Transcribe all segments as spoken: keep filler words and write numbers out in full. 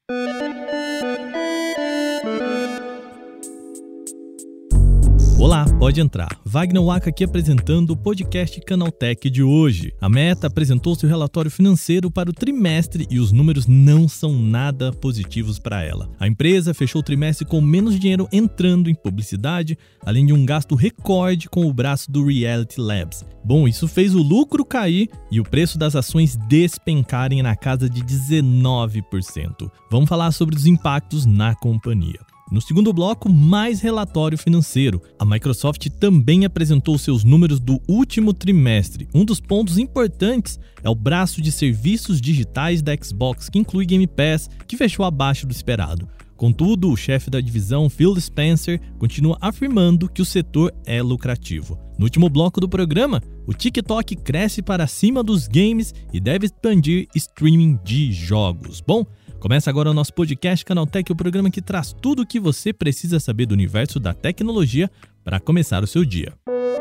Olá, pode entrar. Wagner Waka aqui apresentando o podcast Canaltech de hoje. A Meta apresentou seu relatório financeiro para o trimestre e os números não são nada positivos para ela. A empresa fechou o trimestre com menos dinheiro entrando em publicidade, além de um gasto recorde com o braço do Reality Labs. Bom, isso fez o lucro cair e o preço das ações despencarem na casa de dezenove por cento. Vamos falar sobre os impactos na companhia. No segundo bloco, mais relatório financeiro. A Microsoft também apresentou seus números do último trimestre. Um dos pontos importantes é o braço de serviços digitais da Xbox, que inclui Game Pass, que fechou abaixo do esperado. Contudo, o chefe da divisão, Phil Spencer, continua afirmando que o setor é lucrativo. No último bloco do programa, o TikTok cresce para cima dos games e deve expandir streaming de jogos. Bom, começa agora o nosso podcast Canaltech, o programa que traz tudo o que você precisa saber do universo da tecnologia para começar o seu dia.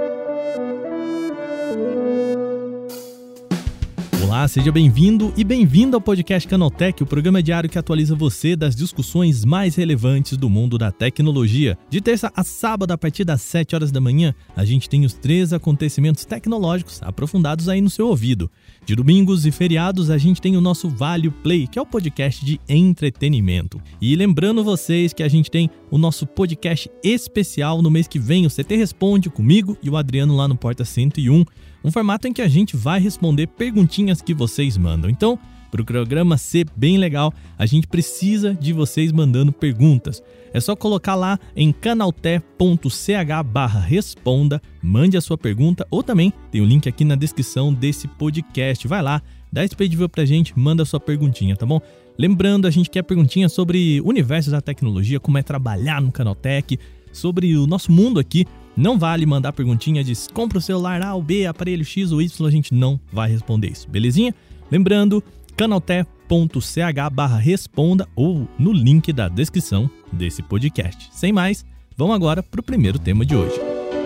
Olá, seja bem-vindo e bem-vinda ao podcast Canaltech, o programa diário que atualiza você das discussões mais relevantes do mundo da tecnologia. De terça a sábado, a partir das sete horas da manhã, a gente tem os três acontecimentos tecnológicos aprofundados aí no seu ouvido. De domingos e feriados, a gente tem o nosso Vale Play, que é o podcast de entretenimento. E lembrando vocês que a gente tem o nosso podcast especial no mês que vem, o C T Responde, comigo e o Adriano lá no Porta cento e um. Um formato em que a gente vai responder perguntinhas que vocês mandam. Então, para o programa ser bem legal, a gente precisa de vocês mandando perguntas. É só colocar lá em canaltech ponto c h barra responda, mande a sua pergunta, ou também tem o link aqui na descrição desse podcast. Vai lá, dá esse pedido pra gente, manda a sua perguntinha, tá bom? Lembrando, a gente quer perguntinha sobre o universo da tecnologia, como é trabalhar no Canaltech, sobre o nosso mundo aqui. Não vale mandar perguntinha de compra o celular A ou B, aparelho X ou Y, a gente não vai responder isso, belezinha? Lembrando, canaltech ponto c h barra responda ou no link da descrição desse podcast. Sem mais, vamos agora para o primeiro tema de hoje.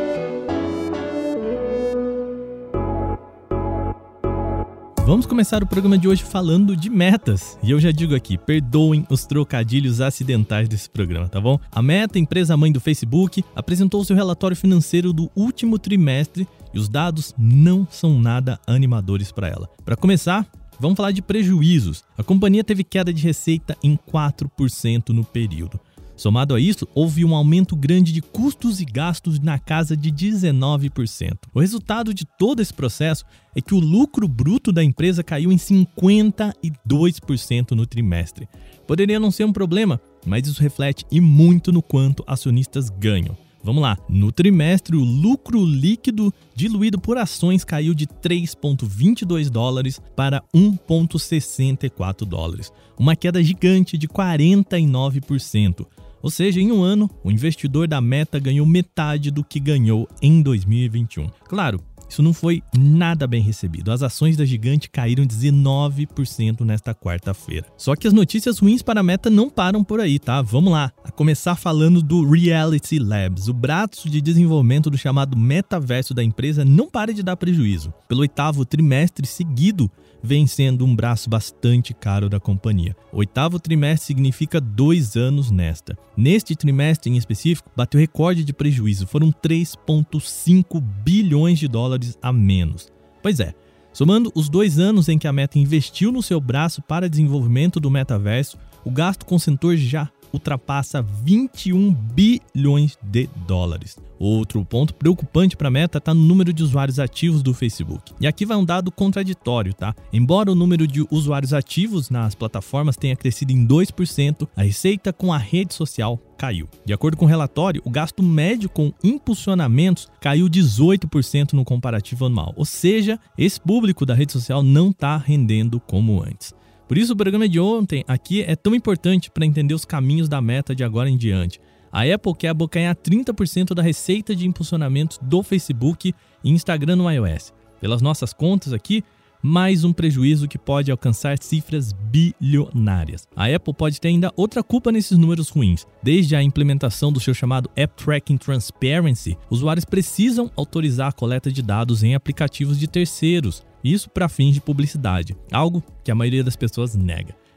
Vamos começar o programa de hoje falando de metas. E eu já digo aqui, perdoem os trocadilhos acidentais desse programa, tá bom? A Meta, empresa mãe do Facebook, apresentou seu relatório financeiro do último trimestre e os dados não são nada animadores para ela. Para começar, vamos falar de prejuízos. A companhia teve queda de receita em quatro por cento no período. Somado a isso, houve um aumento grande de custos e gastos na casa de dezenove por cento. O resultado de todo esse processo é que o lucro bruto da empresa caiu em cinquenta e dois por cento no trimestre. Poderia não ser um problema, mas isso reflete e muito no quanto acionistas ganham. Vamos lá, no trimestre o lucro líquido diluído por ações caiu de três vírgula vinte e dois dólares para um vírgula sessenta e quatro dólares, uma queda gigante de quarenta e nove por cento. Ou seja, em um ano, o investidor da Meta ganhou metade do que ganhou em dois mil e vinte e um. Claro, isso não foi nada bem recebido. As ações da gigante caíram dezenove por cento nesta quarta-feira. Só que as notícias ruins para a Meta não param por aí, tá? Vamos lá, a começar falando do Reality Labs. O braço de desenvolvimento do chamado metaverso da empresa não para de dar prejuízo. Pelo oitavo trimestre seguido, vem sendo um braço bastante caro da companhia. Oitavo trimestre significa dois anos nesta. Neste trimestre em específico, bateu recorde de prejuízo. Foram três vírgula cinco bilhões de dólares a menos. Pois é, somando os dois anos em que a Meta investiu no seu braço para desenvolvimento do metaverso, o gasto com o setor já ultrapassa vinte e um bilhões de dólares. Outro ponto preocupante para a Meta está no número de usuários ativos do Facebook. E aqui vai um dado contraditório, tá? Embora o número de usuários ativos nas plataformas tenha crescido em dois por cento, a receita com a rede social caiu. De acordo com o relatório, o gasto médio com impulsionamentos caiu dezoito por cento no comparativo anual. Ou seja, esse público da rede social não está rendendo como antes. Por isso o programa de ontem aqui é tão importante para entender os caminhos da Meta de agora em diante. A Apple quer abocanhar trinta por cento da receita de impulsionamentos do Facebook e Instagram no iOS. Pelas nossas contas aqui, mais um prejuízo que pode alcançar cifras bilionárias. A Apple pode ter ainda outra culpa nesses números ruins. Desde a implementação do seu chamado App Tracking Transparency, usuários precisam autorizar a coleta de dados em aplicativos de terceiros, isso para fins de publicidade, algo que a maioria das pessoas nega.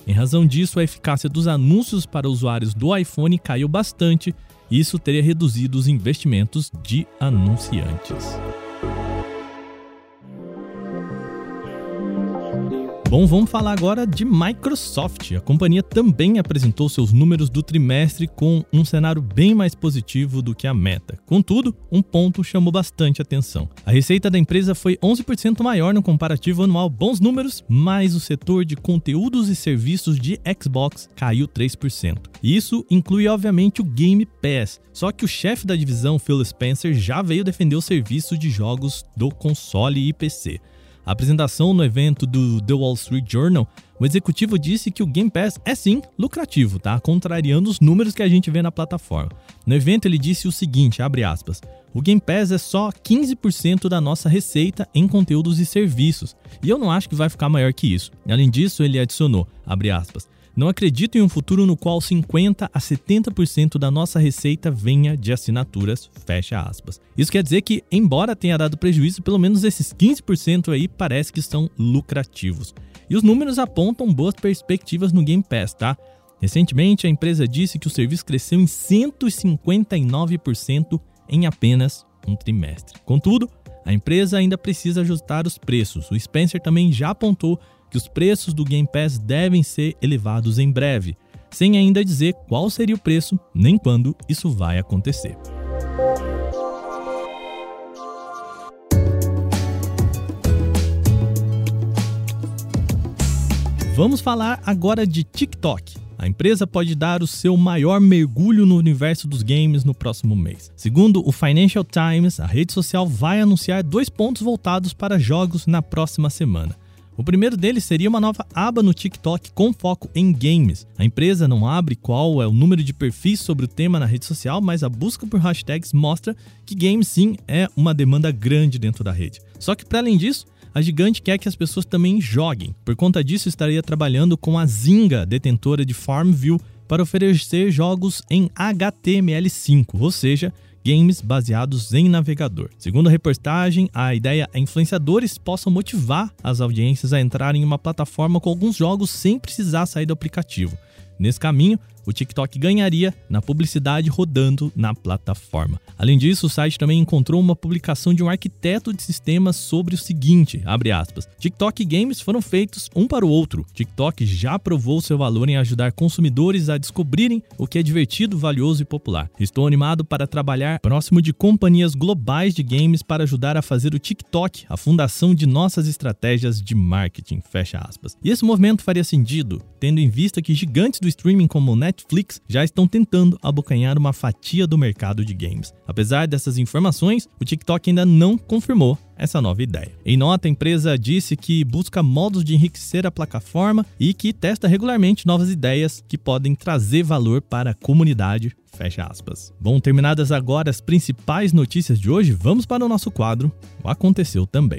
Em razão disso, a eficácia dos anúncios para usuários do iPhone caiu bastante e isso teria reduzido os investimentos de anunciantes. Bom, vamos falar agora de Microsoft. A companhia também apresentou seus números do trimestre com um cenário bem mais positivo do que a Meta. Contudo, um ponto chamou bastante atenção. A receita da empresa foi onze por cento maior no comparativo anual. Bons números, mas o setor de conteúdos e serviços de Xbox caiu três por cento. Isso inclui, obviamente, o Game Pass. Só que o chefe da divisão, Phil Spencer, já veio defender o serviço de jogos do console e P C. A apresentação no evento do The Wall Street Journal, o executivo disse que o Game Pass é sim lucrativo, tá? Contrariando os números que a gente vê na plataforma. No evento ele disse o seguinte, abre aspas, o Game Pass é só quinze por cento da nossa receita em conteúdos e serviços, e eu não acho que vai ficar maior que isso. Além disso, ele adicionou, abre aspas, não acredito em um futuro no qual cinquenta a setenta por cento da nossa receita venha de assinaturas, fecha aspas. Isso quer dizer que, embora tenha dado prejuízo, pelo menos esses quinze por cento aí parece que são lucrativos. E os números apontam boas perspectivas no Game Pass, tá? Recentemente, a empresa disse que o serviço cresceu em cento e cinquenta e nove por cento em apenas um trimestre. Contudo, a empresa ainda precisa ajustar os preços. O Spencer também já apontou que os preços do Game Pass devem ser elevados em breve, sem ainda dizer qual seria o preço nem quando isso vai acontecer. Vamos falar agora de TikTok. A empresa pode dar o seu maior mergulho no universo dos games no próximo mês. Segundo o Financial Times, a rede social vai anunciar dois pontos voltados para jogos na próxima semana. O primeiro deles seria uma nova aba no TikTok com foco em games. A empresa não abre qual é o número de perfis sobre o tema na rede social, mas a busca por hashtags mostra que games sim é uma demanda grande dentro da rede. Só que para além disso, a gigante quer que as pessoas também joguem. Por conta disso, estaria trabalhando com a Zynga, detentora de Farmville, para oferecer jogos em H T M L cinco, ou seja, games baseados em navegador. Segundo a reportagem, a ideia é que influenciadores possam motivar as audiências a entrarem em uma plataforma com alguns jogos sem precisar sair do aplicativo. Nesse caminho, o TikTok ganharia na publicidade rodando na plataforma. Além disso, o site também encontrou uma publicação de um arquiteto de sistemas sobre o seguinte, abre aspas, TikTok e games foram feitos um para o outro. TikTok já provou seu valor em ajudar consumidores a descobrirem o que é divertido, valioso e popular. Estou animado para trabalhar próximo de companhias globais de games para ajudar a fazer o TikTok a fundação de nossas estratégias de marketing, fecha aspas. E esse movimento faria sentido, tendo em vista que gigantes do streaming como o Netflix já estão tentando abocanhar uma fatia do mercado de games. Apesar dessas informações, o TikTok ainda não confirmou essa nova ideia. Em nota, a empresa disse que busca modos de enriquecer a plataforma e que testa regularmente novas ideias que podem trazer valor para a comunidade, fecha aspas. Bom, terminadas agora as principais notícias de hoje, vamos para o nosso quadro O Aconteceu Também.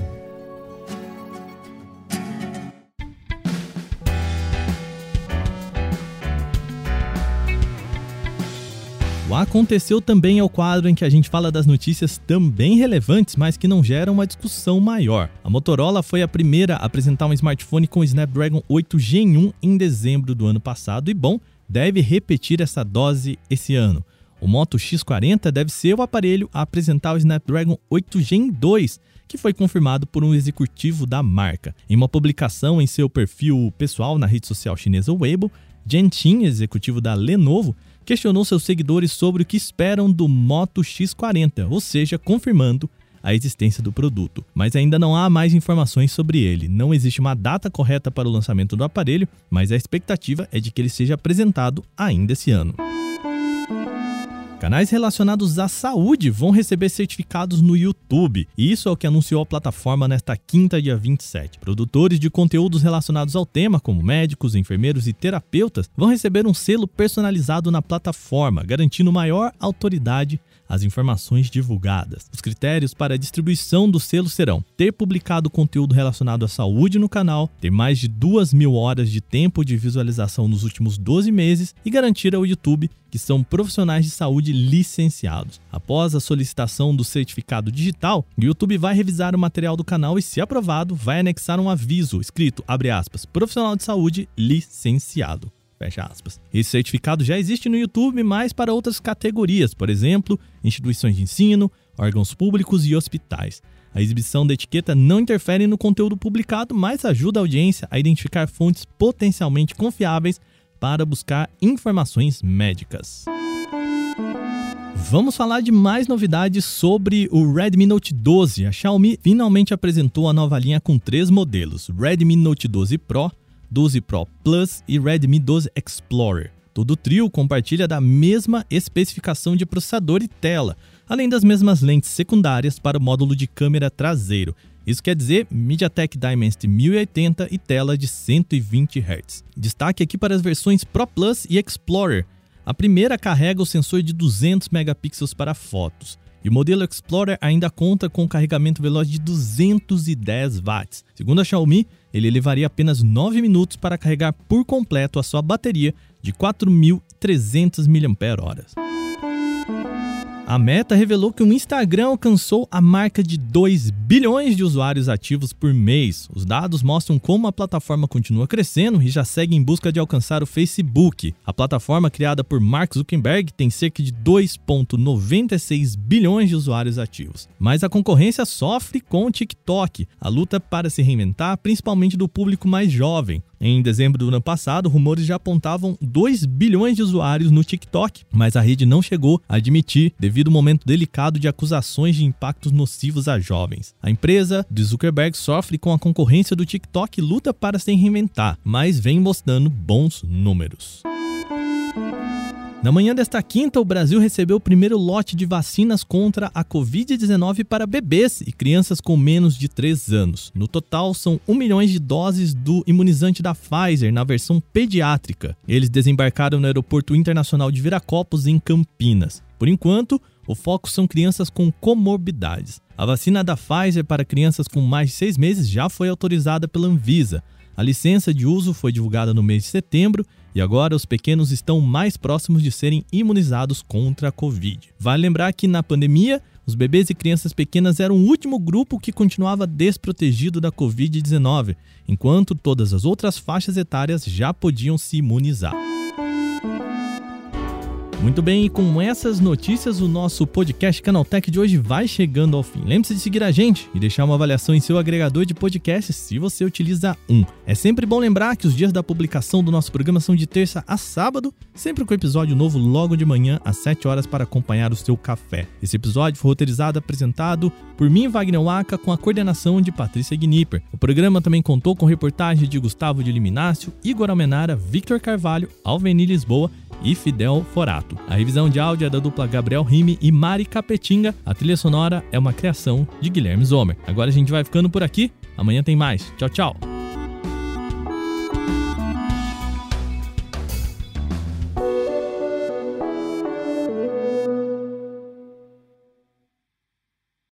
O Aconteceu Também é o quadro em que a gente fala das notícias também relevantes, mas que não geram uma discussão maior. A Motorola foi a primeira a apresentar um smartphone com o Snapdragon oito Gen um em dezembro do ano passado e, bom, deve repetir essa dose esse ano. O Moto X quarenta deve ser o aparelho a apresentar o Snapdragon oito Gen dois, que foi confirmado por um executivo da marca. Em uma publicação em seu perfil pessoal na rede social chinesa Weibo, Jen Qin, executivo da Lenovo, questionou seus seguidores sobre o que esperam do Moto X quarenta, ou seja, confirmando a existência do produto. Mas ainda não há mais informações sobre ele. Não existe uma data correta para o lançamento do aparelho, mas a expectativa é de que ele seja apresentado ainda esse ano. Canais relacionados à saúde vão receber certificados no YouTube, e isso é o que anunciou a plataforma nesta quinta, dia vinte e sete. Produtores de conteúdos relacionados ao tema, como médicos, enfermeiros e terapeutas, vão receber um selo personalizado na plataforma, garantindo maior autoridade as informações divulgadas. Os critérios para a distribuição do selo serão ter publicado conteúdo relacionado à saúde no canal, ter mais de duas mil horas de tempo de visualização nos últimos doze meses e garantir ao YouTube que são profissionais de saúde licenciados. Após a solicitação do certificado digital, o YouTube vai revisar o material do canal e, se aprovado, vai anexar um aviso escrito, abre aspas, profissional de saúde licenciado. Fecha aspas. Esse certificado já existe no YouTube, mas para outras categorias, por exemplo, instituições de ensino, órgãos públicos e hospitais. A exibição da etiqueta não interfere no conteúdo publicado, mas ajuda a audiência a identificar fontes potencialmente confiáveis para buscar informações médicas. Vamos falar de mais novidades sobre o Redmi Note doze. A Xiaomi finalmente apresentou a nova linha com três modelos: Redmi Note doze Pro, doze Pro Plus e Redmi doze Explorer. Todo o trio compartilha da mesma especificação de processador e tela, além das mesmas lentes secundárias para o módulo de câmera traseiro. Isso quer dizer MediaTek Dimensity mil e oitenta e tela de cento e vinte hertz. Destaque aqui para as versões Pro Plus e Explorer. A primeira carrega o sensor de duzentos megapixels para fotos. E o modelo Explorer ainda conta com um carregamento veloz de duzentos e dez watts. Segundo a Xiaomi, ele levaria apenas nove minutos para carregar por completo a sua bateria de quatro mil e trezentas miliampères-hora. A Meta revelou que o Instagram alcançou a marca de dois bilhões de usuários ativos por mês. Os dados mostram como a plataforma continua crescendo e já segue em busca de alcançar o Facebook. A plataforma, criada por Mark Zuckerberg, tem cerca de dois vírgula noventa e seis bilhões de usuários ativos. Mas a concorrência sofre com o TikTok. A luta para se reinventar, principalmente do público mais jovem. Em dezembro do ano passado, rumores já apontavam dois bilhões de usuários no TikTok, mas a rede não chegou a admitir devido ao momento delicado de acusações de impactos nocivos a jovens. A empresa de Zuckerberg sofre com a concorrência do TikTok e luta para se reinventar, mas vem mostrando bons números. Na manhã desta quinta, o Brasil recebeu o primeiro lote de vacinas contra a covid dezenove para bebês e crianças com menos de três anos. No total, são um milhão de doses do imunizante da Pfizer na versão pediátrica. Eles desembarcaram no Aeroporto Internacional de Viracopos, em Campinas. Por enquanto, o foco são crianças com comorbidades. A vacina da Pfizer para crianças com mais de seis meses já foi autorizada pela Anvisa. A licença de uso foi divulgada no mês de setembro e agora os pequenos estão mais próximos de serem imunizados contra a Covid. Vale lembrar que na pandemia, os bebês e crianças pequenas eram o último grupo que continuava desprotegido da covid dezenove, enquanto todas as outras faixas etárias já podiam se imunizar. Muito bem, e com essas notícias, o nosso podcast Canaltech de hoje vai chegando ao fim. Lembre-se de seguir a gente e deixar uma avaliação em seu agregador de podcasts se você utiliza um. É sempre bom lembrar que os dias da publicação do nosso programa são de terça a sábado, sempre com episódio novo logo de manhã às sete horas para acompanhar o seu café. Esse episódio foi roteirizado e apresentado por mim, Wagner Waka, com a coordenação de Patrícia Gnipper. O programa também contou com reportagens de Gustavo de Liminácio, Igor Almenara, Victor Carvalho, Alveni Lisboa e Fidel Forato. A revisão de áudio é da dupla Gabriel Rime e Mari Capetinga. A trilha sonora é uma criação de Guilherme Zomer. Agora a gente vai ficando por aqui. Amanhã tem mais. Tchau, tchau.